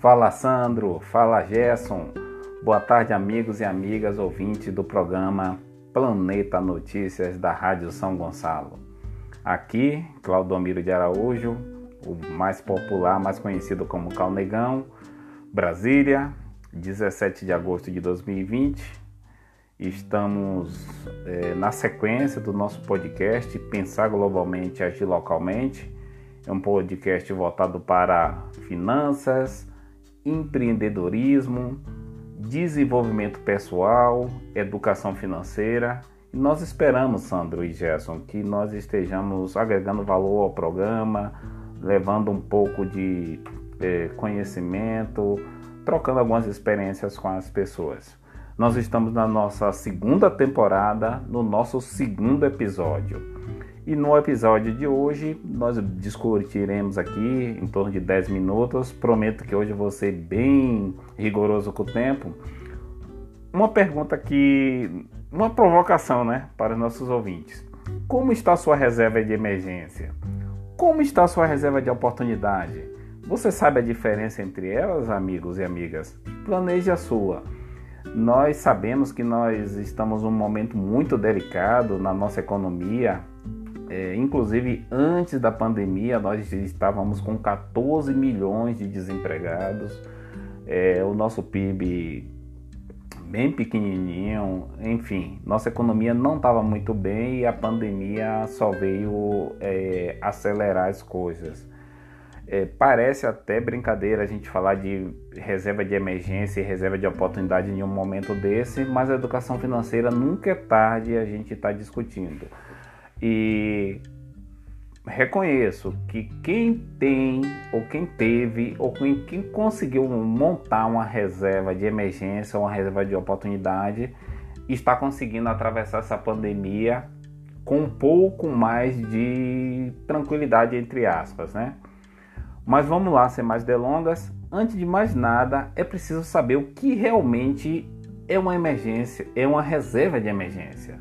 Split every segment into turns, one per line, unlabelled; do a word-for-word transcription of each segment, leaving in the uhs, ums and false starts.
Fala Sandro, fala Gerson, boa tarde amigos e amigas ouvintes do programa Planeta Notícias da Rádio São Gonçalo. Aqui, Claudomiro de Araújo, o mais popular, mais conhecido como Calnegão, Brasília, dezessete de agosto de dois mil e vinte. Estamos é, na sequência do nosso podcast Pensar Globalmente, Agir Localmente. É um podcast voltado para finanças, empreendedorismo, desenvolvimento pessoal, educação financeira. E nós esperamos, Sandro e Gerson, que nós estejamos agregando valor ao programa, levando um pouco de eh, conhecimento, trocando algumas experiências com as pessoas. Nós estamos na nossa segunda temporada, no nosso segundo episódio. E no episódio de hoje, nós discutiremos aqui em torno de dez minutos. Prometo que hoje eu vou ser bem rigoroso com o tempo. Uma pergunta que... Uma provocação, né, para os nossos ouvintes. Como está a sua reserva de emergência? Como está a sua reserva de oportunidade? Você sabe a diferença entre elas, amigos e amigas? Planeje a sua. Nós sabemos que nós estamos num momento muito delicado na nossa economia. É, inclusive, antes da pandemia, nós estávamos com catorze milhões de desempregados. É, o nosso P I B bem pequenininho. Enfim, nossa economia não estava muito bem e a pandemia só veio é, acelerar as coisas. É, parece até brincadeira a gente falar de reserva de emergência e reserva de oportunidade em um momento desse, mas a educação financeira nunca é tarde a gente está discutindo. E reconheço que quem tem, ou quem teve, ou quem, quem conseguiu montar uma reserva de emergência, uma reserva de oportunidade, está conseguindo atravessar essa pandemia com um pouco mais de tranquilidade, entre aspas, né? Mas vamos lá, sem mais delongas. Antes de mais nada, é preciso saber o que realmente é uma emergência, é uma reserva de emergência.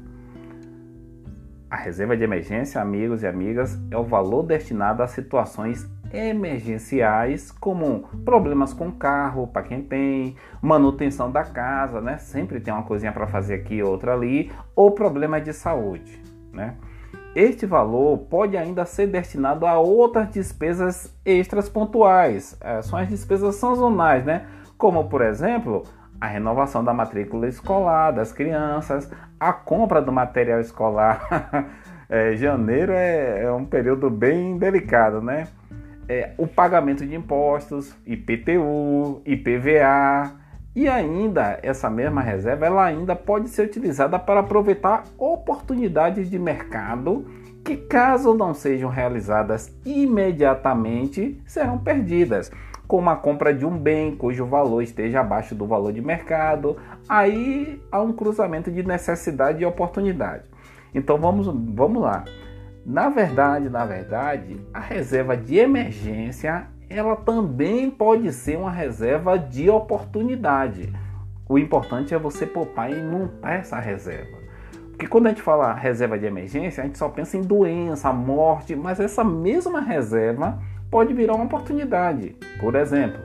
A reserva de emergência, amigos e amigas, é o valor destinado a situações emergenciais, como problemas com carro, para quem tem, manutenção da casa, né? Sempre tem uma coisinha para fazer aqui, outra ali, ou problemas de saúde, né? Este valor pode ainda ser destinado a outras despesas extras pontuais, é, são as despesas sazonais, né? Como, por exemplo, a renovação da matrícula escolar das crianças, a compra do material escolar. é, janeiro é, é um período bem delicado, né? É, o pagamento de impostos, I P T U, I P V A, e ainda essa mesma reserva ela ainda pode ser utilizada para aproveitar oportunidades de mercado que, caso não sejam realizadas imediatamente, serão perdidas, como a compra de um bem cujo valor esteja abaixo do valor de mercado. Aí há um cruzamento de necessidade e oportunidade. Então vamos, vamos lá. Na verdade, na verdade, a reserva de emergência ela também pode ser uma reserva de oportunidade. O importante é você poupar e montar essa reserva. Porque quando a gente fala reserva de emergência, a gente só pensa em doença, morte, mas essa mesma reserva pode virar uma oportunidade. Por exemplo,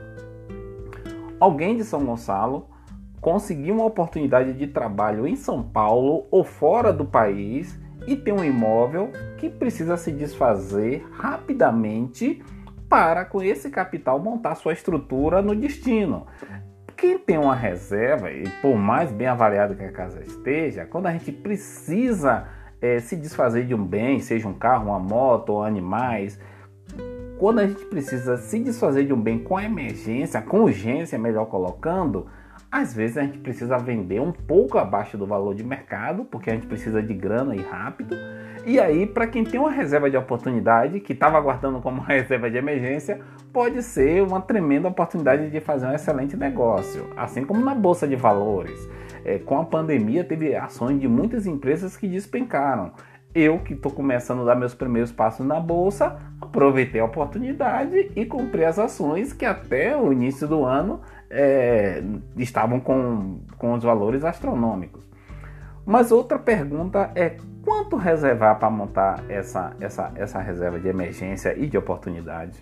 alguém de São Gonçalo conseguiu uma oportunidade de trabalho em São Paulo ou fora do país e tem um imóvel que precisa se desfazer rapidamente para, com esse capital, montar sua estrutura no destino. Quem tem uma reserva, e por mais bem avaliado que a casa esteja, quando a gente precisa é, se desfazer de um bem, seja um carro, uma moto ou animais, quando a gente precisa se desfazer de um bem com emergência, com urgência, melhor colocando, às vezes a gente precisa vender um pouco abaixo do valor de mercado, porque a gente precisa de grana e rápido. E aí, para quem tem uma reserva de oportunidade, que estava aguardando como reserva de emergência, pode ser uma tremenda oportunidade de fazer um excelente negócio. Assim como na Bolsa de Valores. É, com a pandemia, teve ações de muitas empresas que despencaram. Eu, que estou começando a dar meus primeiros passos na Bolsa, aproveitei a oportunidade e comprei as ações que até o início do ano é, estavam com, com os valores astronômicos. Mas outra pergunta é quanto reservar para montar essa, essa, essa reserva de emergência e de oportunidade?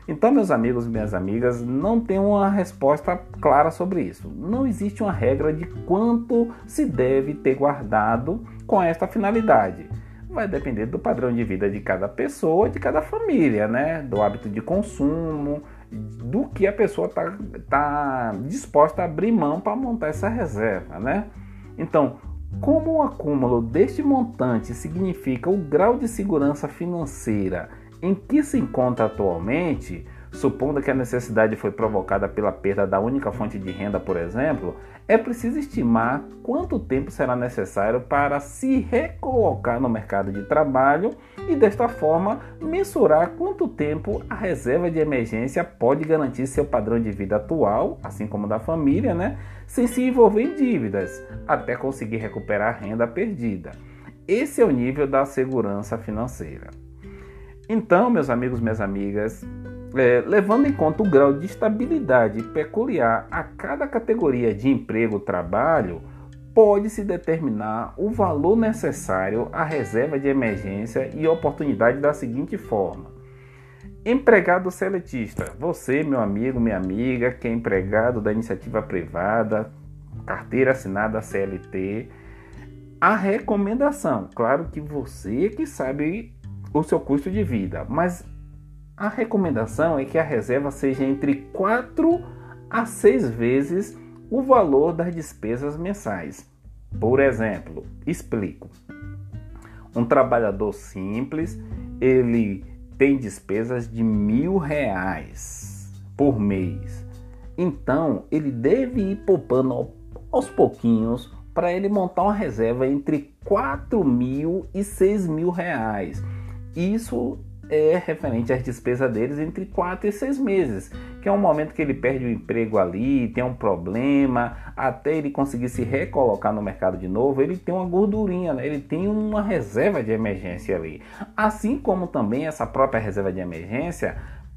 Então, meus amigos e minhas amigas, não tem uma resposta clara sobre isso. Não existe uma regra de quanto se deve ter guardado com esta finalidade. Vai depender do padrão de vida de cada pessoa, de cada família, né? Do hábito de consumo, do que a pessoa está tá disposta a abrir mão para montar essa reserva, né? Então, como o acúmulo deste montante significa o grau de segurança financeira em que se encontra atualmente, supondo que a necessidade foi provocada pela perda da única fonte de renda, por exemplo, é preciso estimar quanto tempo será necessário para se recolocar no mercado de trabalho e, desta forma, mensurar quanto tempo a reserva de emergência pode garantir seu padrão de vida atual, assim como da família, né, sem se envolver em dívidas, até conseguir recuperar a renda perdida. Esse é o nível da segurança financeira. Então, meus amigos, minhas amigas, é, levando em conta o grau de estabilidade peculiar a cada categoria de emprego-trabalho, pode-se determinar o valor necessário à reserva de emergência e oportunidade da seguinte forma. Empregado seletista, você, meu amigo, minha amiga, que é empregado da iniciativa privada, carteira assinada C L T, a recomendação, claro que você que sabe o seu custo de vida, mas a recomendação é que a reserva seja entre quatro a seis vezes o valor das despesas mensais. Por exemplo, explico. Um trabalhador simples, ele tem despesas de mil reais por mês. Então, ele deve ir poupando aos pouquinhos para ele montar uma reserva entre quatro mil e seis mil reais. Isso é referente às despesas deles entre quatro e seis meses, que é um momento que ele perde o emprego ali, tem um problema, até ele conseguir se recolocar no mercado de novo, ele tem uma gordurinha, né? Ele tem uma reserva de emergência ali. Assim como também essa própria reserva de emergência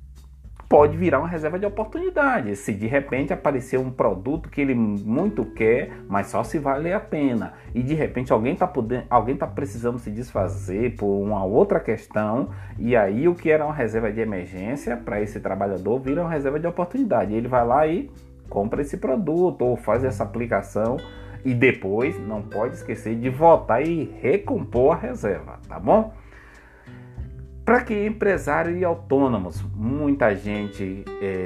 pode virar uma reserva de oportunidade, se de repente aparecer um produto que ele muito quer, mas só se vale a pena, e de repente alguém está podendo, alguém tá precisando se desfazer por uma outra questão, e aí o que era uma reserva de emergência para esse trabalhador vira uma reserva de oportunidade. Ele vai lá e compra esse produto ou faz essa aplicação, e depois não pode esquecer de voltar e recompor a reserva, tá bom? Para que empresários e autônomos, muita gente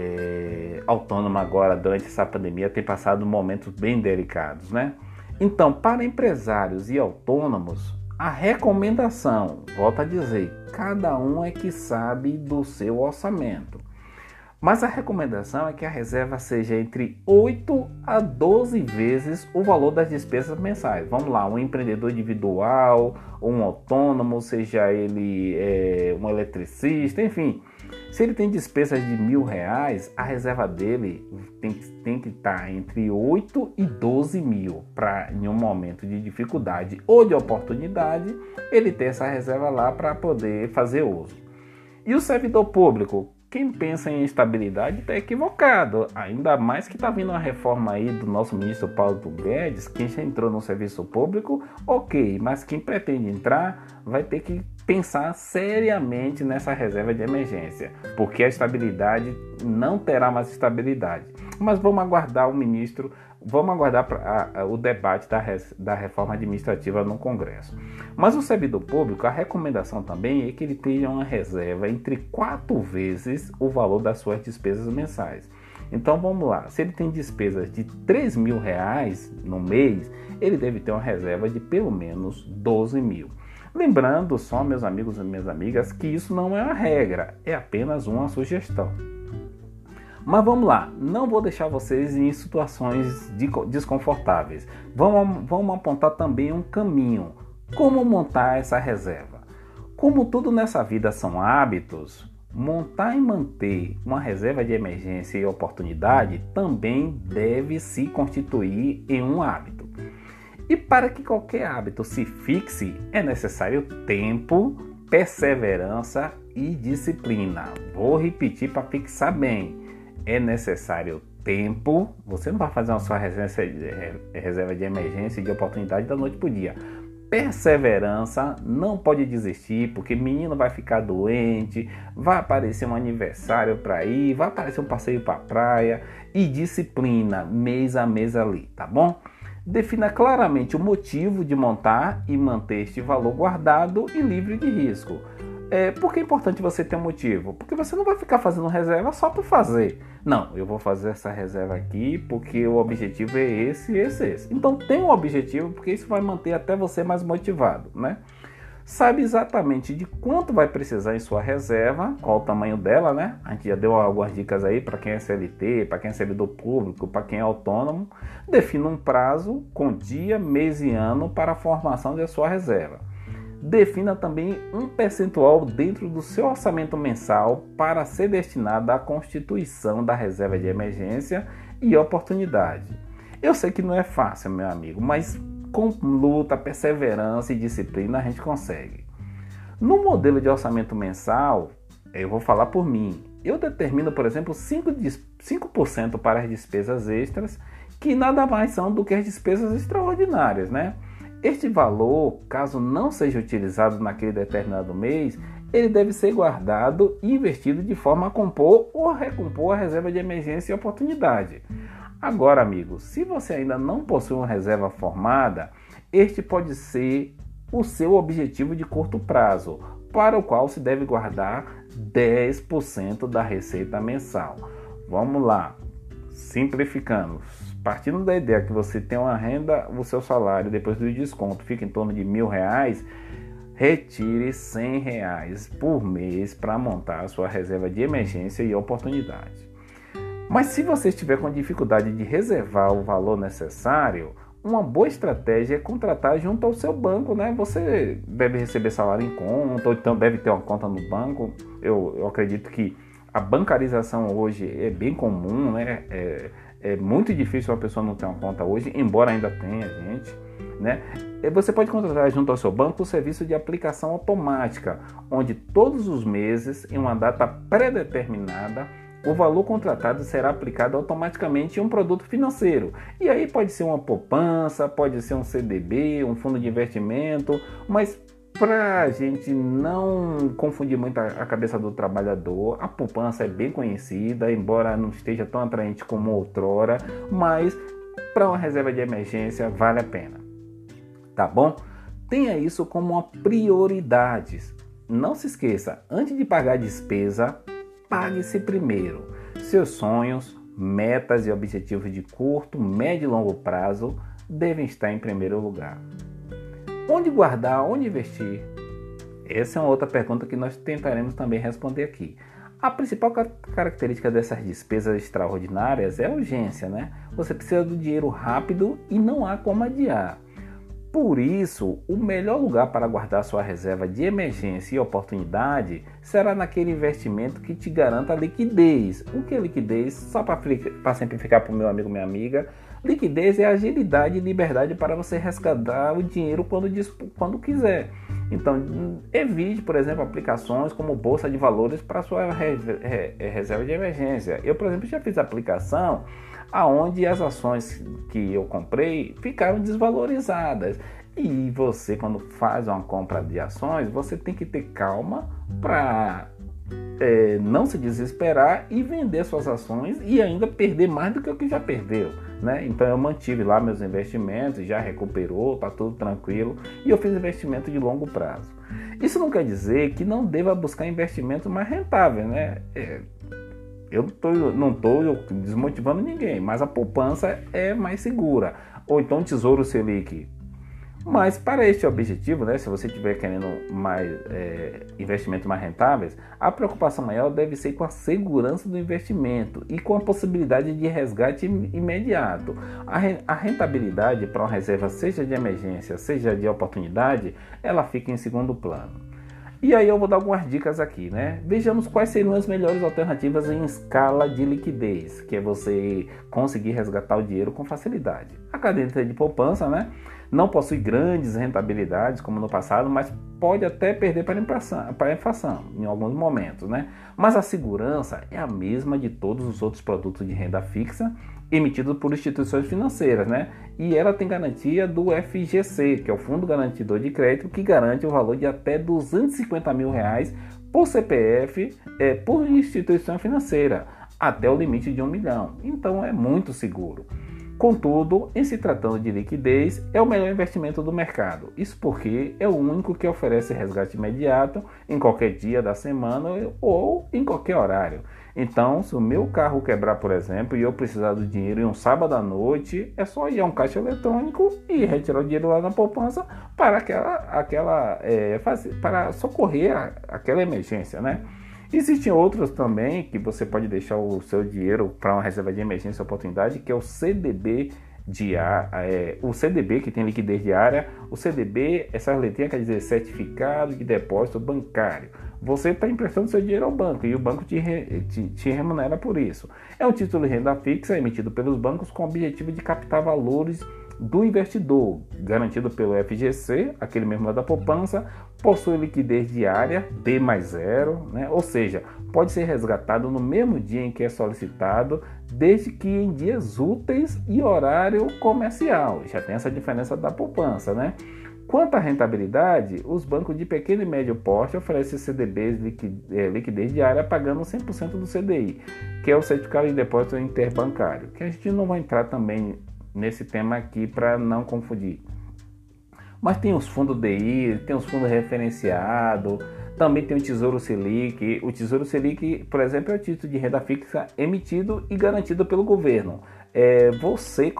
é, autônoma agora durante essa pandemia tem passado momentos bem delicados, né? Então, para empresários e autônomos, a recomendação, volto a dizer, cada um é que sabe do seu orçamento. Mas a recomendação é que a reserva seja entre oito a doze vezes o valor das despesas mensais. Vamos lá, um empreendedor individual, um autônomo, seja ele é, um eletricista, enfim. Se ele tem despesas de mil reais, a reserva dele tem, tem que estar entre oito e doze mil para, em um momento de dificuldade ou de oportunidade, ele ter essa reserva lá para poder fazer uso. E o servidor público? Quem pensa em estabilidade está equivocado, ainda mais que está vindo uma reforma aí do nosso ministro Paulo Guedes. Quem já entrou no serviço público, ok, mas quem pretende entrar vai ter que pensar seriamente nessa reserva de emergência, porque a estabilidade não terá mais estabilidade. Mas vamos aguardar o ministro, vamos aguardar pra, a, a, o debate da, res, da reforma administrativa no Congresso. Mas o servidor público, a recomendação também é que ele tenha uma reserva entre quatro vezes o valor das suas despesas mensais. Então vamos lá, se ele tem despesas de três mil reais no mês, ele deve ter uma reserva de pelo menos doze mil. Lembrando só, meus amigos e minhas amigas, que isso não é uma regra, é apenas uma sugestão. Mas vamos lá, não vou deixar vocês em situações desconfortáveis. Vamos, vamos apontar também um caminho. Como montar essa reserva? Como tudo nessa vida são hábitos, montar e manter uma reserva de emergência e oportunidade também deve se constituir em um hábito. E para que qualquer hábito se fixe, é necessário tempo, perseverança e disciplina. Vou repetir para fixar bem. É necessário tempo, você não vai fazer uma sua reserva de emergência e de oportunidade da noite para o dia. perseverança, não pode desistir, porque menino vai ficar doente, vai aparecer um aniversário para ir, vai aparecer um passeio para a praia, e disciplina, mês a mês ali, tá bom? Defina claramente o motivo de montar e manter este valor guardado e livre de risco. É, por que é importante você ter um motivo? Porque você não vai ficar fazendo reserva só por fazer. Não, eu vou fazer essa reserva aqui porque o objetivo é esse, esse, esse. Então tem um objetivo, porque isso vai manter até você mais motivado, né? Sabe exatamente de quanto vai precisar em sua reserva, qual o tamanho dela, né? A gente já deu algumas dicas aí para quem é C L T, para quem é servidor público, para quem é autônomo. Defina um prazo com dia, mês e ano para a formação da sua reserva. Defina também um percentual dentro do seu orçamento mensal para ser destinado à constituição da reserva de emergência e oportunidade. Eu sei que não é fácil, meu amigo, mas com luta, perseverança e disciplina a gente consegue. No modelo de orçamento mensal, eu vou falar por mim, eu determino, por exemplo, cinco por cento para as despesas extras, que nada mais são do que as despesas extraordinárias, né? Este valor, caso não seja utilizado naquele determinado mês, ele deve ser guardado e investido de forma a compor ou recompor a reserva de emergência e oportunidade. Agora, amigo, se você ainda não possui uma reserva formada, este pode ser o seu objetivo de curto prazo, para o qual se deve guardar dez por cento da receita mensal. Vamos lá, simplificando. Partindo da ideia que você tem uma renda, o seu salário depois do desconto fica em torno de mil reais, retire cem reais por mês para montar a sua reserva de emergência e oportunidade. Mas se você estiver com dificuldade de reservar o valor necessário, uma boa estratégia é contratar junto ao seu banco, né? Você deve receber salário em conta, ou então deve ter uma conta no banco. Eu, eu acredito que a bancarização hoje é bem comum, né? É, é muito difícil uma pessoa não ter uma conta hoje, embora ainda tenha gente, né? Você pode contratar junto ao seu banco o serviço de aplicação automática, onde todos os meses, em uma data pré-determinada, o valor contratado será aplicado automaticamente em um produto financeiro. E aí pode ser uma poupança, pode ser um C D B, um fundo de investimento, mas para a gente não confundir muito a cabeça do trabalhador, a poupança é bem conhecida, embora não esteja tão atraente como outrora, mas para uma reserva de emergência vale a pena. Tá bom? Tenha isso como uma prioridade. Não se esqueça, antes de pagar a despesa, pague-se primeiro. Seus sonhos, metas e objetivos de curto, médio e longo prazo devem estar em primeiro lugar. Onde guardar, onde investir? Essa é uma outra pergunta que nós tentaremos também responder aqui. A principal característica dessas despesas extraordinárias é a urgência, né? Você precisa do dinheiro rápido e não há como adiar. Por isso, o melhor lugar para guardar sua reserva de emergência e oportunidade será naquele investimento que te garanta liquidez. O que é liquidez? Só para simplificar para o meu amigo, minha amiga, liquidez é agilidade e liberdade para você resgatar o dinheiro quando, quando quiser. Então, evite, por exemplo, aplicações como Bolsa de Valores para sua reserva de emergência. Eu, por exemplo, já fiz aplicação aonde as ações que eu comprei ficaram desvalorizadas. E você, quando faz uma compra de ações, você tem que ter calma para é, não se desesperar e vender suas ações e ainda perder mais do que o que já perdeu, né? Então eu mantive lá meus investimentos, já recuperou, tá tudo tranquilo, e eu fiz investimento de longo prazo. Isso não quer dizer que não deva buscar investimentos mais rentáveis, né? É, Eu tô, não estou desmotivando ninguém, mas a poupança é mais segura. Ou então Tesouro Selic. Mas para este objetivo, né, se você estiver querendo mais é, investimentos mais rentáveis, a preocupação maior deve ser com a segurança do investimento e com a possibilidade de resgate imediato. A rentabilidade para uma reserva, seja de emergência, seja de oportunidade, ela fica em segundo plano. E aí eu vou dar algumas dicas aqui, né? Vejamos quais seriam as melhores alternativas em escala de liquidez, que é você conseguir resgatar o dinheiro com facilidade. A caderneta de poupança, né? Não possui grandes rentabilidades como no passado, mas pode até perder para a inflação em alguns momentos, né? Mas a segurança é a mesma de todos os outros produtos de renda fixa emitidos por instituições financeiras, né? E ela tem garantia do F G C, que é o Fundo Garantidor de Crédito, que garante o valor de até duzentos e cinquenta mil reais por C P F, é, por instituição financeira, até o limite de um milhão. Então é muito seguro. Contudo, em se tratando de liquidez, é o melhor investimento do mercado. Isso porque é o único que oferece resgate imediato em qualquer dia da semana ou em qualquer horário. Então, se o meu carro quebrar, por exemplo, e eu precisar do dinheiro em um sábado à noite, é só ir a um caixa eletrônico e retirar o dinheiro lá na poupança para aquela, aquela é, para socorrer a, aquela emergência, né? Existem outros também que você pode deixar o seu dinheiro para uma reserva de emergência ou oportunidade, que é o C D B diária, é, o C D B que tem liquidez diária. O C D B, essa letrinha quer dizer Certificado de Depósito Bancário. Você está emprestando seu dinheiro ao banco e o banco te, re, te, te remunera por isso. É um título de renda fixa emitido pelos bancos com o objetivo de captar valores do investidor, garantido pelo F G C, aquele mesmo lá da poupança, possui liquidez diária D mais zero, né? Ou seja, pode ser resgatado no mesmo dia em que é solicitado, desde que em dias úteis e horário comercial. Já tem essa diferença da poupança, né? Quanto à rentabilidade, os bancos de pequeno e médio porte oferecem C D Bs liquidez diária pagando cem por cento do C D I, que é o Certificado de Depósito Interbancário, que a gente não vai entrar também nesse tema aqui para não confundir. Mas tem os fundos D I, tem os fundos referenciados, também tem o Tesouro Selic. O Tesouro Selic, por exemplo, é o título de renda fixa emitido e garantido pelo governo. É você,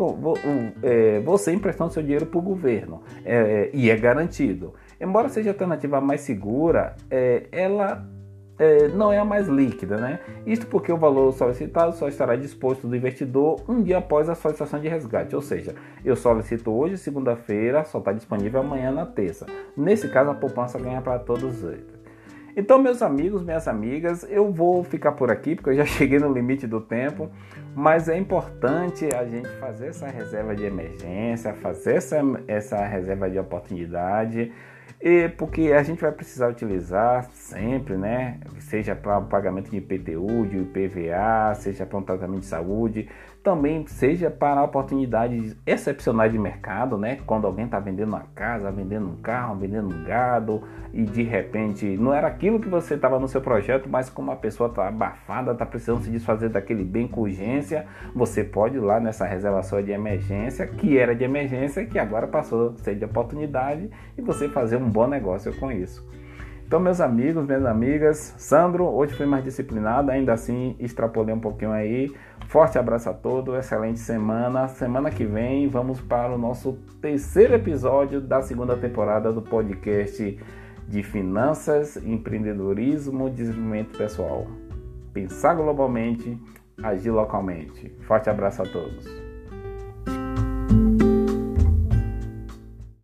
é, você emprestando seu dinheiro para o governo é, e é garantido. Embora seja a alternativa mais segura, é, ela é, não é a mais líquida, né? Isto porque o valor solicitado só estará disposto do investidor um dia após a solicitação de resgate. Ou seja, eu solicito hoje, segunda-feira, só está disponível amanhã na terça. Nesse caso, a poupança ganha para todos eles. Então, meus amigos, minhas amigas, eu vou ficar por aqui, porque eu já cheguei no limite do tempo, mas é importante a gente fazer essa reserva de emergência, fazer essa, essa reserva de oportunidade, e porque a gente vai precisar utilizar sempre, né? Seja para o pagamento de I P T U, de I P V A, seja para um tratamento de saúde, também seja para oportunidades excepcionais de mercado, né? Quando alguém está vendendo uma casa, vendendo um carro, vendendo um gado e de repente não era aquilo que você estava no seu projeto, mas como a pessoa está abafada, está precisando se desfazer daquele bem com urgência, você pode ir lá nessa reservação de emergência, que era de emergência, que agora passou a ser de oportunidade, e você fazer um bom negócio com isso. Então, meus amigos, minhas amigas, Sandro, hoje fui mais disciplinado, ainda assim extrapolei um pouquinho aí. Forte abraço a todos, excelente semana. Semana que vem vamos para o nosso terceiro episódio da segunda temporada do podcast de Finanças, Empreendedorismo e Desenvolvimento Pessoal. Pensar globalmente, agir localmente. Forte abraço a todos.